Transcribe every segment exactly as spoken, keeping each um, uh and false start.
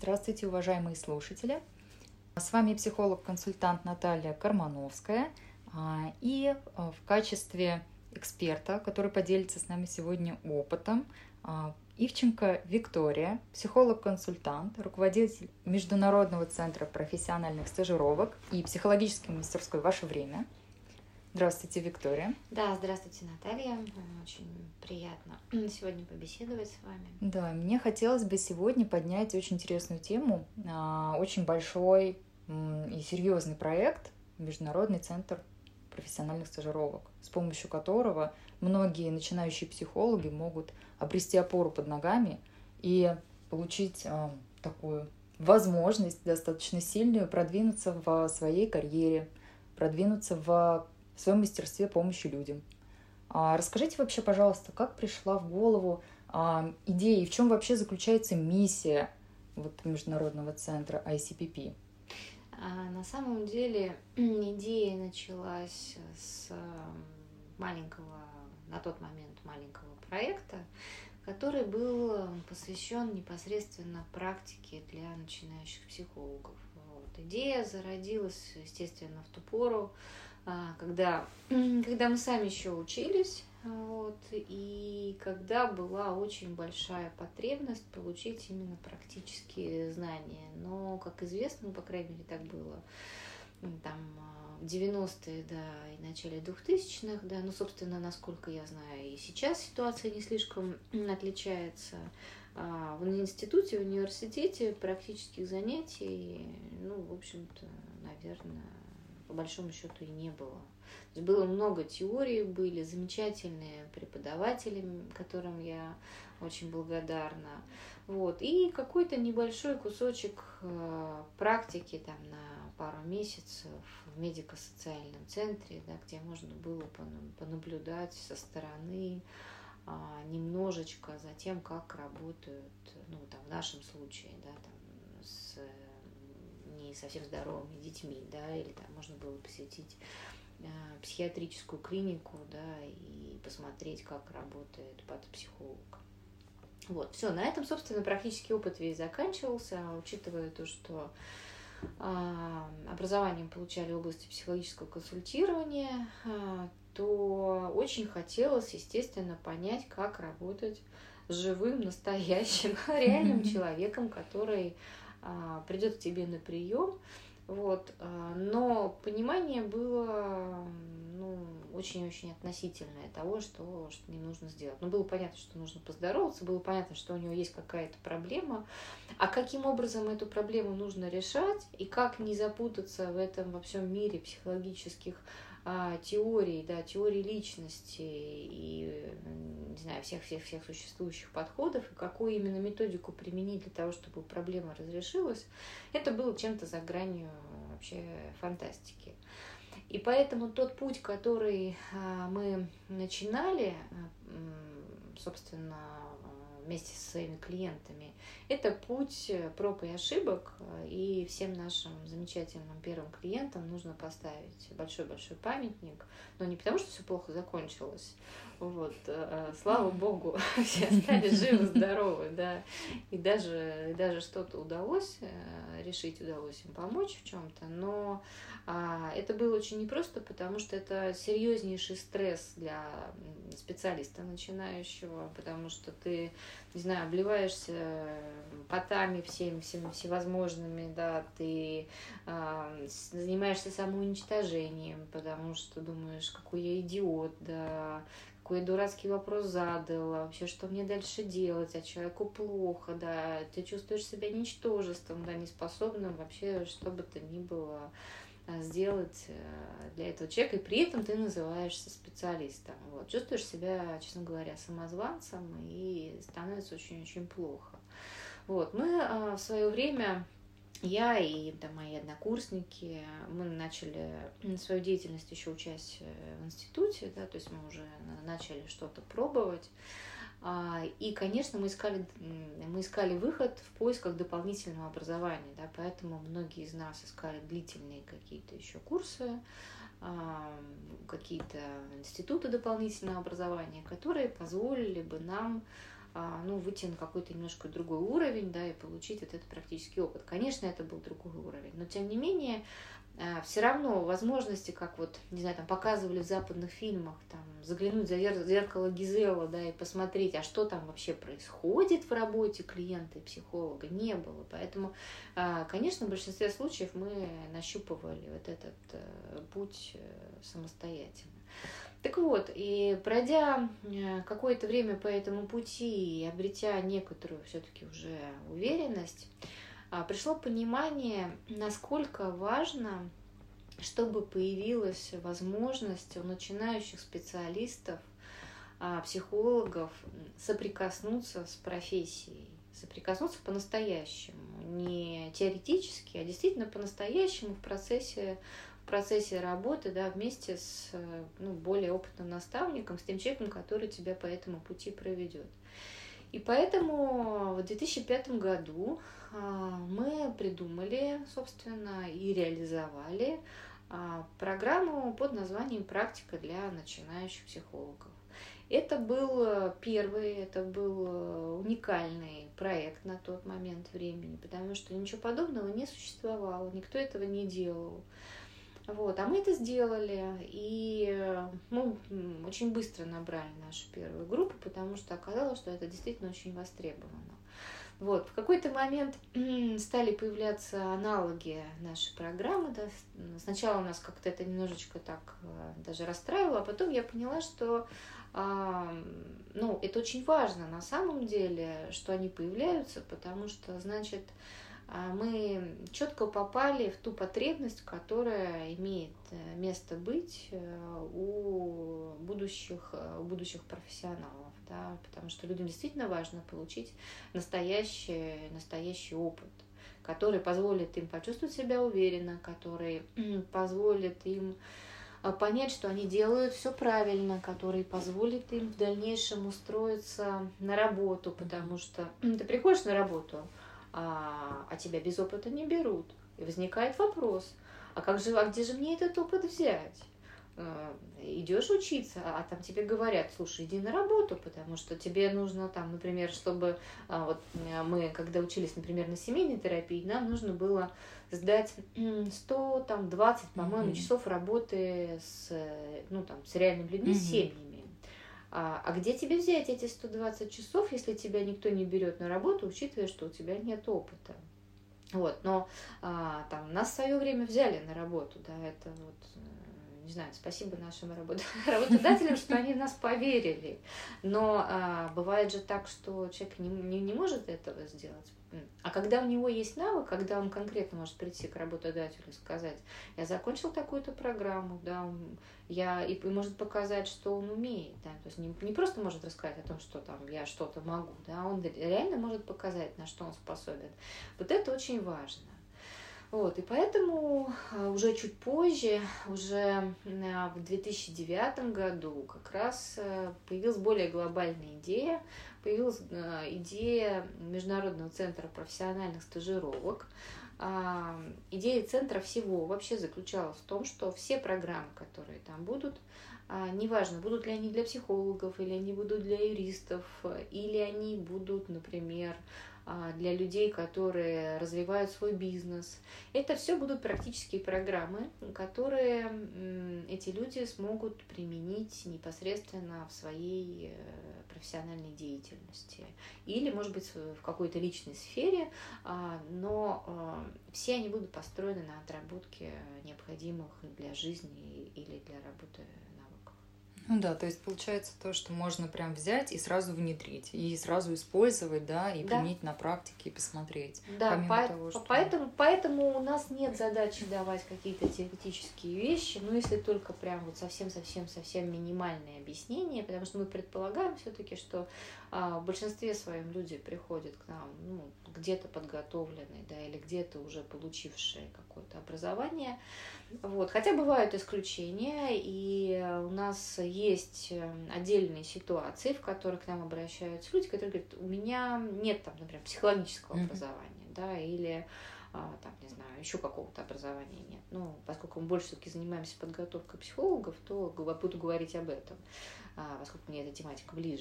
Здравствуйте, уважаемые слушатели! С вами психолог-консультант Наталья Кармановская. И в качестве эксперта, который поделится с нами сегодня опытом, Ивченко Виктория, психолог-консультант, руководитель Международного центра профессиональных стажировок и психологической мастерской «Ваше время». Здравствуйте, Виктория. Да, здравствуйте, Наталья. Очень приятно сегодня побеседовать с вами. Да, мне хотелось бы сегодня поднять очень интересную тему, очень большой и серьезный проект Международный центр профессиональных стажировок, с помощью которого многие начинающие психологи могут обрести опору под ногами и получить такую возможность достаточно сильную продвинуться в своей карьере, продвинуться в в своем мастерстве помощи людям. А расскажите вообще, пожалуйста, как пришла в голову а, идея и в чем вообще заключается миссия вот, Международного центра ай си пи пи? А, на самом деле идея началась с маленького, на тот момент маленького проекта, который был посвящен непосредственно практике для начинающих психологов. Вот. Идея зародилась, естественно, в ту пору, когда, когда мы сами еще учились, вот, и когда была очень большая потребность получить именно практические знания. Но, как известно, ну, по крайней мере, так было там, в девяностые, да, и начале двухтысячных, да, ну, собственно, насколько я знаю, и сейчас ситуация не слишком отличается. В институте, в университете практических занятий, ну, в общем-то, наверное, по большому счету и не было. То есть было много теорий, были замечательные преподаватели, которым я очень благодарна. Вот. И какой-то небольшой кусочек практики там, на пару месяцев в медико-социальном центре, да, где можно было понаблюдать со стороны немножечко за тем, как работают, ну, там, в нашем случае, да, там, с не совсем здоровыми детьми, да, или там можно было посетить э, психиатрическую клинику, да, и посмотреть, как работает патопсихолог. Вот, все, на этом, собственно, практически опыт весь заканчивался, учитывая то, что э, образованием получали в области психологического консультирования, э, то очень хотелось, естественно, понять, как работать с живым, настоящим, реальным человеком, который придет к тебе на прием, вот, но понимание было, ну, очень-очень относительное того, что, что не нужно сделать. Но было понятно, что нужно поздороваться, было понятно, что у него есть какая-то проблема, а каким образом эту проблему нужно решать и как не запутаться в этом во всем мире психологических теорий, да, теории личности и, не знаю, всех-всех-всех существующих подходов, и какую именно методику применить для того, чтобы проблема разрешилась, это было чем-то за гранью вообще фантастики. И поэтому тот путь, который мы начинали, собственно, вместе со своими клиентами, это путь проб и ошибок, и всем нашим замечательным первым клиентам нужно поставить большой-большой памятник, но не потому, что все плохо закончилось, вот, слава богу, все остались живы-здоровы, да, и даже, и даже что-то удалось решить, удалось им помочь в чем-то, но это было очень непросто, потому что это серьезнейший стресс для специалиста начинающего, потому что ты, не знаю, обливаешься потами всеми, всеми всевозможными, да, ты э, занимаешься самоуничтожением, потому что думаешь, какой я идиот, да, какой я дурацкий вопрос задал, а вообще, что мне дальше делать, а человеку плохо, да, ты чувствуешь себя ничтожеством, да, неспособным вообще что бы то ни было сделать для этого человека, и при этом ты называешься специалистом. Вот. Чувствуешь себя, честно говоря, самозванцем, и становится очень-очень плохо. Вот. Мы в свое время, я и да, мои однокурсники, мы начали свою деятельность еще учась в институте, да, то есть мы уже начали что-то пробовать. И, конечно, мы искали, мы искали выход в поисках дополнительного образования, да, поэтому многие из нас искали длительные какие-то еще курсы, какие-то институты дополнительного образования, которые позволили бы нам ну, выйти на какой-то немножко другой уровень, да, и получить вот этот практический опыт. Конечно, это был другой уровень, но тем не менее все равно возможности, как вот, не знаю, там показывали в западных фильмах, там, заглянуть за зеркало Гизела, да, и посмотреть, а что там вообще происходит в работе клиента и психолога, не было. Поэтому, конечно, в большинстве случаев мы нащупывали вот этот путь самостоятельно. Так вот, и пройдя какое-то время по этому пути и обретя некоторую все-таки уже уверенность, пришло понимание, насколько важно, чтобы появилась возможность у начинающих специалистов, психологов соприкоснуться с профессией, соприкоснуться по-настоящему, не теоретически, а действительно по-настоящему в процессе, в процессе работы, да, вместе с, ну, более опытным наставником, с тем человеком, который тебя по этому пути проведет. И поэтому в две тысячи пятом году мы придумали, собственно, и реализовали программу под названием «Практика для начинающих психологов». Это был первый, это был уникальный проект на тот момент времени, потому что ничего подобного не существовало, никто этого не делал. Вот, а мы это сделали, и мы очень быстро набрали нашу первую группу, потому что оказалось, что это действительно очень востребовано. Вот, в какой-то момент стали появляться аналоги нашей программы. Да. Сначала у нас как-то это немножечко так даже расстраивало, а потом я поняла, что ну, это очень важно на самом деле, что они появляются, потому что, значит, мы четко попали в ту потребность, которая имеет место быть у будущих, у будущих профессионалов, да, потому что людям действительно важно получить настоящий, настоящий опыт, который позволит им почувствовать себя уверенно, который позволит им понять, что они делают все правильно, который позволит им в дальнейшем устроиться на работу, потому что ты приходишь на работу, а, а тебя без опыта не берут. И возникает вопрос, а как же, а где же мне этот опыт взять? Идешь учиться, а там тебе говорят, слушай, иди на работу, потому что тебе нужно там, например, чтобы вот мы, когда учились, например, на семейной терапии, нам нужно было сдать сто двадцать, по-моему, mm-hmm. часов работы с, ну, там, с реальными людьми, mm-hmm. с семьями. А, а где тебе взять эти сто двадцать часов, если тебя никто не берет на работу, учитывая, что у тебя нет опыта? Вот, но а, там нас в свое время взяли на работу, да, это вот, не знаю, спасибо нашим работодателям, что они в нас поверили. Но а, бывает же так, что человек не, не, не может этого сделать. А когда у него есть навык, когда он конкретно может прийти к работодателю и сказать, я закончил такую-то программу, да, я, и, и может показать, что он умеет, да, то есть не, не просто может рассказать о том, что там я что-то могу, да, он реально может показать, на что он способен. Вот это очень важно. Вот, и поэтому уже чуть позже, уже в две тысячи девятом году как раз появилась более глобальная идея, появилась идея Международного центра профессиональных стажировок. Идея центра всего вообще заключалась в том, что все программы, которые там будут, неважно, будут ли они для психологов, или они будут для юристов, или они будут, например, для людей, которые развивают свой бизнес. Это все будут практические программы, которые эти люди смогут применить непосредственно в своей профессиональной деятельности. Или, может быть, в какой-то личной сфере, но все они будут построены на отработке необходимых для жизни или для работы навыков. Ну да, то есть получается то, что можно прям взять и сразу внедрить, и сразу использовать, да, и да. применить на практике, и посмотреть. Да, по- того, что... поэтому, поэтому у нас нет задачи давать какие-то теоретические вещи, ну если только прям вот совсем-совсем-совсем минимальные объяснения, потому что мы предполагаем все-таки, что а, в большинстве своем люди приходят к нам, ну, где-то подготовленные, да, или где-то уже получившие какое-то образование. Вот. Хотя бывают исключения, и у нас есть отдельные ситуации, в которых к нам обращаются люди, которые говорят, у меня нет там, например, психологического mm-hmm. образования, да, или там, не знаю, еще какого-то образования нет. Ну, поскольку мы больше все-таки занимаемся подготовкой психологов, то буду говорить об этом, поскольку мне эта тематика ближе.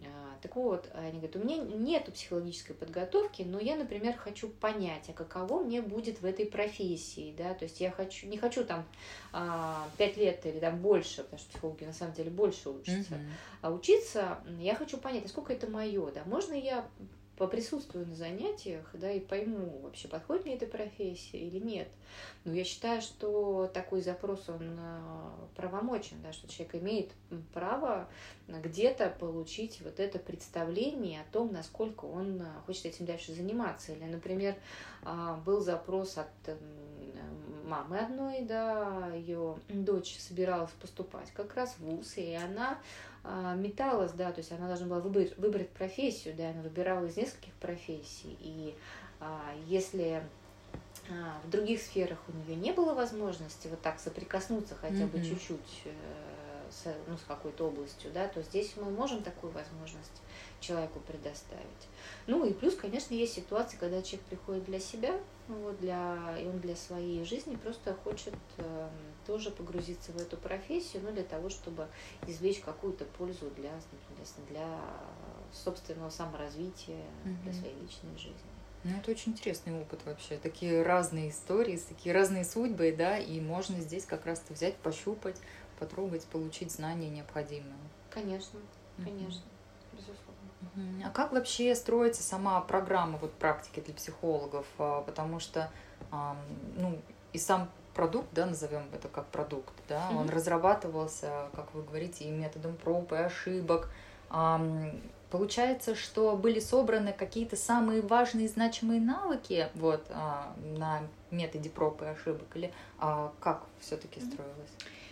Так вот, они говорят, у меня нет психологической подготовки, но я, например, хочу понять, а каково мне будет в этой профессии, да, то есть я хочу, не хочу там пять лет или там больше, потому что психологи на самом деле больше учатся, mm-hmm. а учиться я хочу понять, насколько это мое, да, можно я поприсутствую на занятиях, да, и пойму, вообще подходит мне эта профессия или нет. Но я считаю, что такой запрос, он правомочен, да, что человек имеет право где-то получить вот это представление о том, насколько он хочет этим дальше заниматься. Или, например, был запрос от мамы одной, да, ее дочь собиралась поступать как раз в вуз, и она металась, да, то есть она должна была выбрать, выбрать профессию, да, она выбирала из нескольких профессий, и а, если а, в других сферах у нее не было возможности вот так соприкоснуться хотя бы mm-hmm. чуть-чуть э, с, ну, с какой-то областью, да, то здесь мы можем такую возможность человеку предоставить. Ну и плюс, конечно, есть ситуации, когда человек приходит для себя, вот, для, и он для своей жизни просто хочет э, тоже погрузиться в эту профессию, ну, для того, чтобы извлечь какую-то пользу для, для, для собственного саморазвития, mm-hmm. для своей личной жизни. Ну, это очень интересный опыт вообще. Такие разные истории, такие разные судьбы, да, и можно здесь как раз-то взять, пощупать, потрогать, получить знания необходимые. Конечно, конечно, mm-hmm. безусловно. А как вообще строится сама программа вот, практики для психологов? Потому что ну, и сам продукт, да, назовем это как продукт, да, mm-hmm. он разрабатывался, как вы говорите, и методом проб и ошибок. Получается, что были собраны какие-то самые важные и значимые навыки вот, на методе проб и ошибок, или как все-таки mm-hmm. строилось?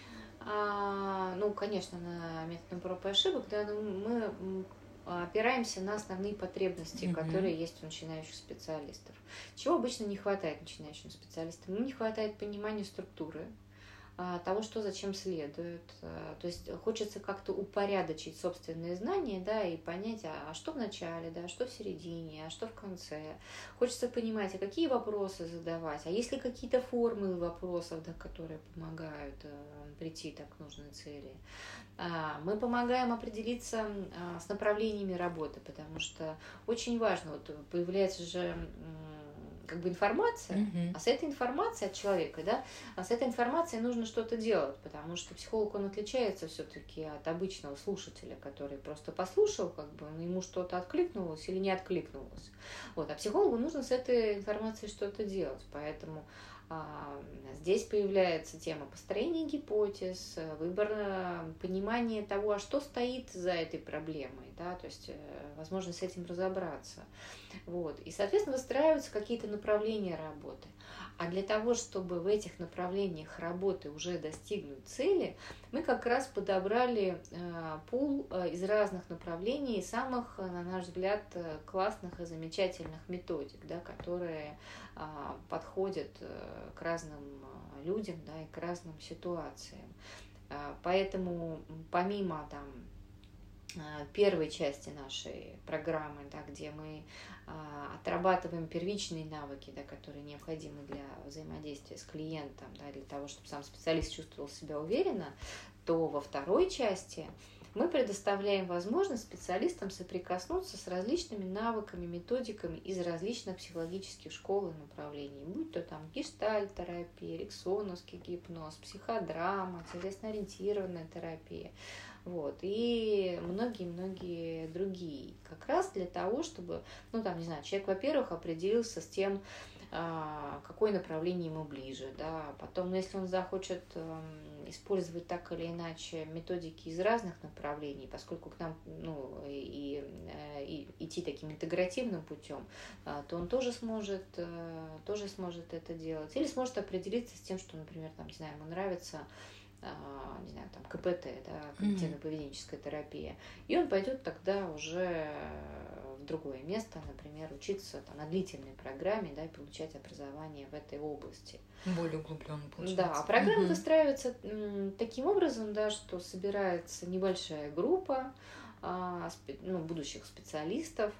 А, ну, конечно, на методом проб и ошибок, да, но мы опираемся на основные потребности, mm-hmm. которые есть у начинающих специалистов. Чего обычно не хватает начинающим специалистам? Ну, не хватает понимания структуры, того, что зачем следует. То есть хочется как-то упорядочить собственные знания, да, и понять, а что в начале, да, что в середине, а что в конце. Хочется понимать, а какие вопросы задавать, а есть ли какие-то формулы вопросов, да, которые помогают прийти так к нужной цели. Мы помогаем определиться с направлениями работы, потому что очень важно, вот появляется же как бы информация, mm-hmm. а с этой информацией от человека, да, а с этой информацией нужно что-то делать, потому что психолог, он отличается все-таки от обычного слушателя, который просто послушал, как бы ему что-то откликнулось или не откликнулось. Вот, а психологу нужно с этой информацией что-то делать, поэтому а, здесь появляется тема построения гипотез, выбор, понимание того, а что стоит за этой проблемой, да, то есть возможность с этим разобраться. Вот. И, соответственно, выстраиваются какие-то направления работы. А для того, чтобы в этих направлениях работы уже достигнуть цели, мы как раз подобрали э, пул э, из разных направлений, самых, на наш взгляд, классных и замечательных методик, да, которые э, подходят э, к разным людям, да, и к разным ситуациям. Э, поэтому помимо там, первой части нашей программы, да, где мы а, отрабатываем первичные навыки, да, которые необходимы для взаимодействия с клиентом, да, для того, чтобы сам специалист чувствовал себя уверенно, то во второй части мы предоставляем возможность специалистам соприкоснуться с различными навыками, методиками из различных психологических школ и направлений, будь то там гештальт-терапия, эриксоновский гипноз, психодрама, телесно-ориентированная терапия. Вот, и многие-многие другие. Как раз для того, чтобы, ну, там, не знаю, человек, во-первых, определился с тем, какое направление ему ближе, да, потом, ну, если он захочет использовать так или иначе методики из разных направлений, поскольку к нам, ну, и, и, и идти таким интегративным путем, то он тоже сможет, тоже сможет это делать, или сможет определиться с тем, что, например, там, не знаю, ему нравится, не знаю, там, ка пэ тэ, да, когнитивно-поведенческая терапия, и он пойдет тогда уже в другое место, например, учиться там, на длительной программе, да, и получать образование в этой области. Более углубленно получается. Да, а программа угу. выстраивается таким образом, да, что собирается небольшая группа ну, будущих специалистов,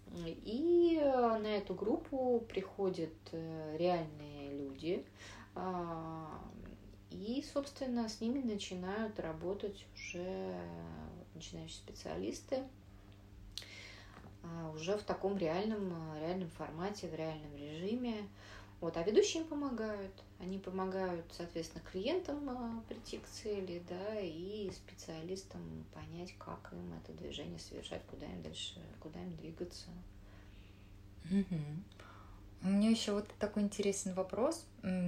и на эту группу приходят реальные люди, и, собственно, с ними начинают работать уже начинающие специалисты. уже в таком реальном, реальном формате, в реальном режиме. Вот. А ведущие им помогают. Они помогают, соответственно, клиентам прийти к цели, да, и специалистам понять, как им это движение совершать, куда им дальше, куда им двигаться. Угу. У меня еще вот такой интересный вопрос.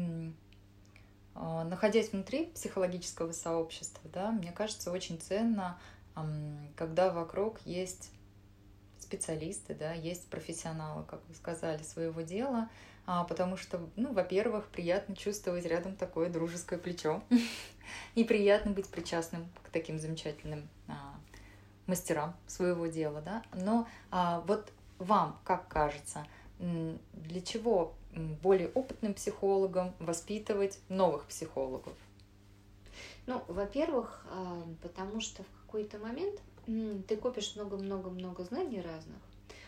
Находясь внутри психологического сообщества, да, мне кажется, очень ценно, когда вокруг есть специалисты, да, есть профессионалы, как вы сказали, своего дела, потому что, ну, во-первых, приятно чувствовать рядом такое дружеское плечо, и приятно быть причастным к таким замечательным мастерам своего дела, да. Но вот вам, как кажется, для чего более опытным психологам воспитывать новых психологов? Ну, во-первых, потому что в какой-то момент ты копишь много-много-много знаний разных,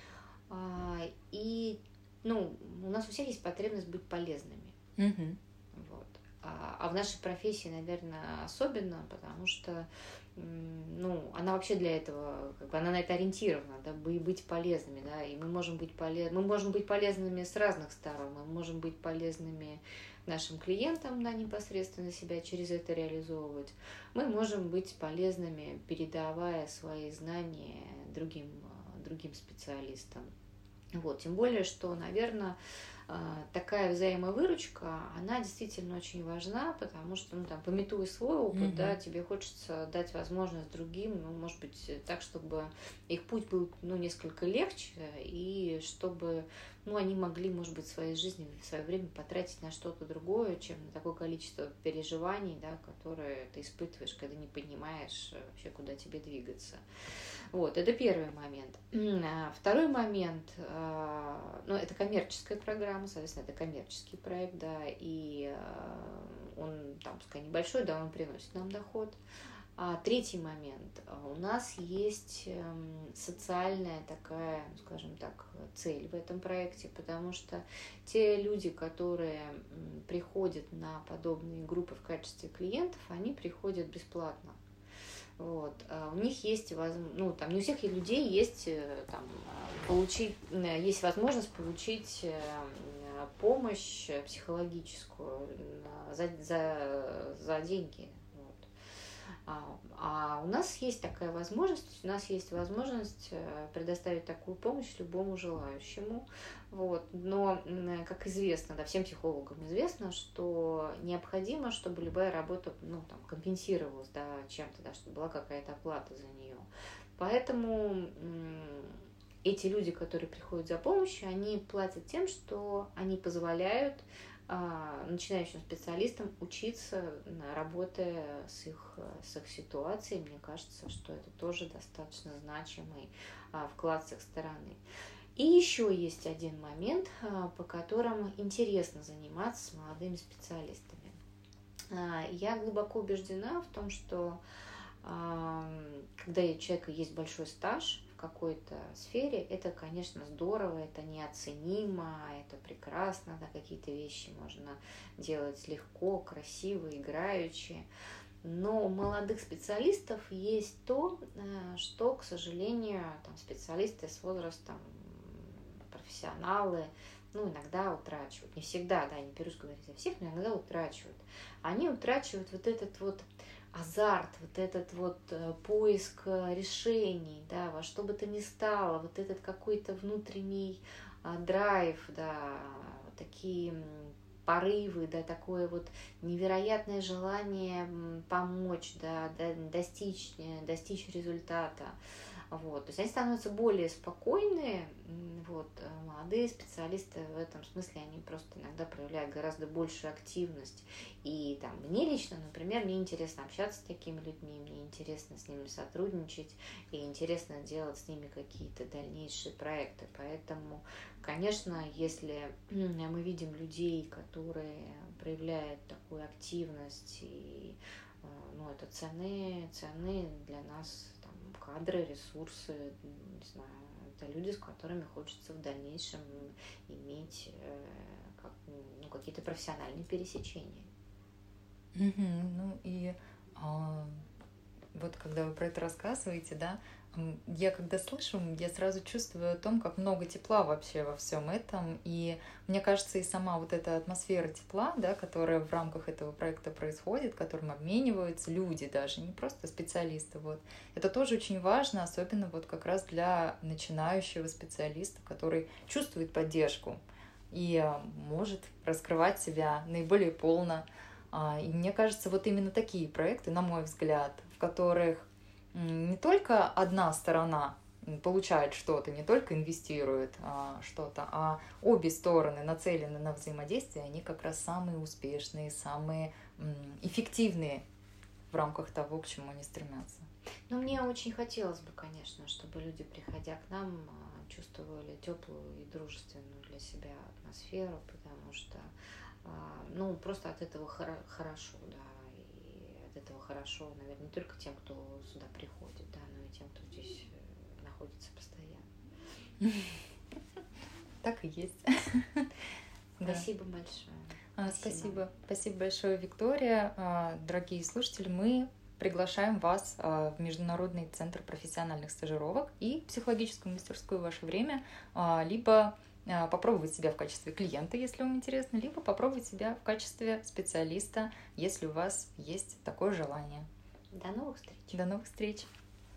и, ну, у нас у всех есть потребность быть полезными. Угу. Вот. А в нашей профессии, наверное, особенно, потому что, ну, она вообще для этого, как бы, она на это ориентирована, да, быть полезными, да, и мы можем быть полез... мы можем быть полезными с разных сторон, мы можем быть полезными нашим клиентам, да, непосредственно себя через это реализовывать, мы можем быть полезными, передавая свои знания другим, другим специалистам. Вот, тем более, что, наверное, такая взаимовыручка, она действительно очень важна, потому что, ну, там, памятуя свой опыт, mm-hmm. да, тебе хочется дать возможность другим, ну, может быть, так, чтобы их путь был, ну, несколько легче, и чтобы, ну, они могли, может быть, в своей жизни, в свое время потратить на что-то другое, чем на такое количество переживаний, да, которые ты испытываешь, когда не понимаешь вообще, куда тебе двигаться. Вот, это первый момент. Второй момент, ну, это коммерческая программа, соответственно, это коммерческий проект, да, и он, там, пускай небольшой, да, он приносит нам доход. А третий момент, у нас есть социальная такая, скажем так, цель в этом проекте, потому что те люди, которые приходят на подобные группы в качестве клиентов, они приходят бесплатно. Вот. У них есть, ну, там, не у всех людей есть, там, получить, есть возможность получить помощь психологическую за, за, за деньги. Вот. А, а у нас есть такая возможность, у нас есть возможность предоставить такую помощь любому желающему. Вот. Но, как известно, да, всем психологам известно, что необходимо, чтобы любая работа, ну, там, компенсировалась, да, чем-то, да, чтобы была какая-то оплата за нее. Поэтому эти люди, которые приходят за помощью, они платят тем, что они позволяют а, начинающим специалистам учиться, работая с их, с их ситуацией. Мне кажется, что это тоже достаточно значимый а, вклад с их стороны. И еще есть один момент, по которому интересно заниматься с молодыми специалистами. Я глубоко убеждена в том, что когда у человека есть большой стаж в какой-то сфере, это, конечно, здорово, это неоценимо, это прекрасно, да, какие-то вещи можно делать легко, красиво, играючи. Но у молодых специалистов есть то, что, к сожалению, там, специалисты с возрастом, профессионалы, ну, иногда утрачивают. Не всегда, да, не берусь говорить о всех, но иногда утрачивают. Они утрачивают вот этот вот азарт, вот этот вот поиск решений, да, во что бы то ни стало, вот этот какой-то внутренний драйв, да, такие порывы, да, такое вот невероятное желание помочь, да, достичь, достичь результата. Вот. То есть они становятся более спокойные, вот. Молодые специалисты в этом смысле, они просто иногда проявляют гораздо большую активность. И там, мне лично, например, мне интересно общаться с такими людьми, мне интересно с ними сотрудничать, и интересно делать с ними какие-то дальнейшие проекты. Поэтому, конечно, если мы видим людей, которые проявляют такую активность, и, ну, это ценные, ценные для нас кадры, ресурсы, не знаю, это люди, с которыми хочется в дальнейшем иметь как, ну, какие-то профессиональные пересечения. Mm-hmm. Ну и а, вот когда вы про это рассказываете, да, Я когда слышу, я сразу чувствую о том, как много тепла вообще во всем этом. И мне кажется, и сама вот эта атмосфера тепла, да, которая в рамках этого проекта происходит, которым обмениваются люди даже, не просто специалисты. Вот. Это тоже очень важно, особенно вот как раз для начинающего специалиста, который чувствует поддержку и может раскрывать себя наиболее полно. И мне кажется, вот именно такие проекты, на мой взгляд, в которых не только одна сторона получает что-то, не только инвестирует а, что-то, а обе стороны нацелены на взаимодействие, они как раз самые успешные, самые м, эффективные в рамках того, к чему они стремятся. Ну, мне очень хотелось бы, конечно, чтобы люди, приходя к нам, чувствовали теплую и дружественную для себя атмосферу, потому что, ну, просто от этого хорошо, да. От этого хорошо, наверное, не только тем, кто сюда приходит, да, но и тем, кто здесь находится постоянно. Так и есть. Спасибо большое. Спасибо. Спасибо большое, Виктория. Дорогие слушатели, мы приглашаем вас в Международный центр профессиональных стажировок и психологическую мастерскую в ваше время, либо попробовать себя в качестве клиента, если вам интересно, либо попробовать себя в качестве специалиста, если у вас есть такое желание. До новых встреч. До новых встреч.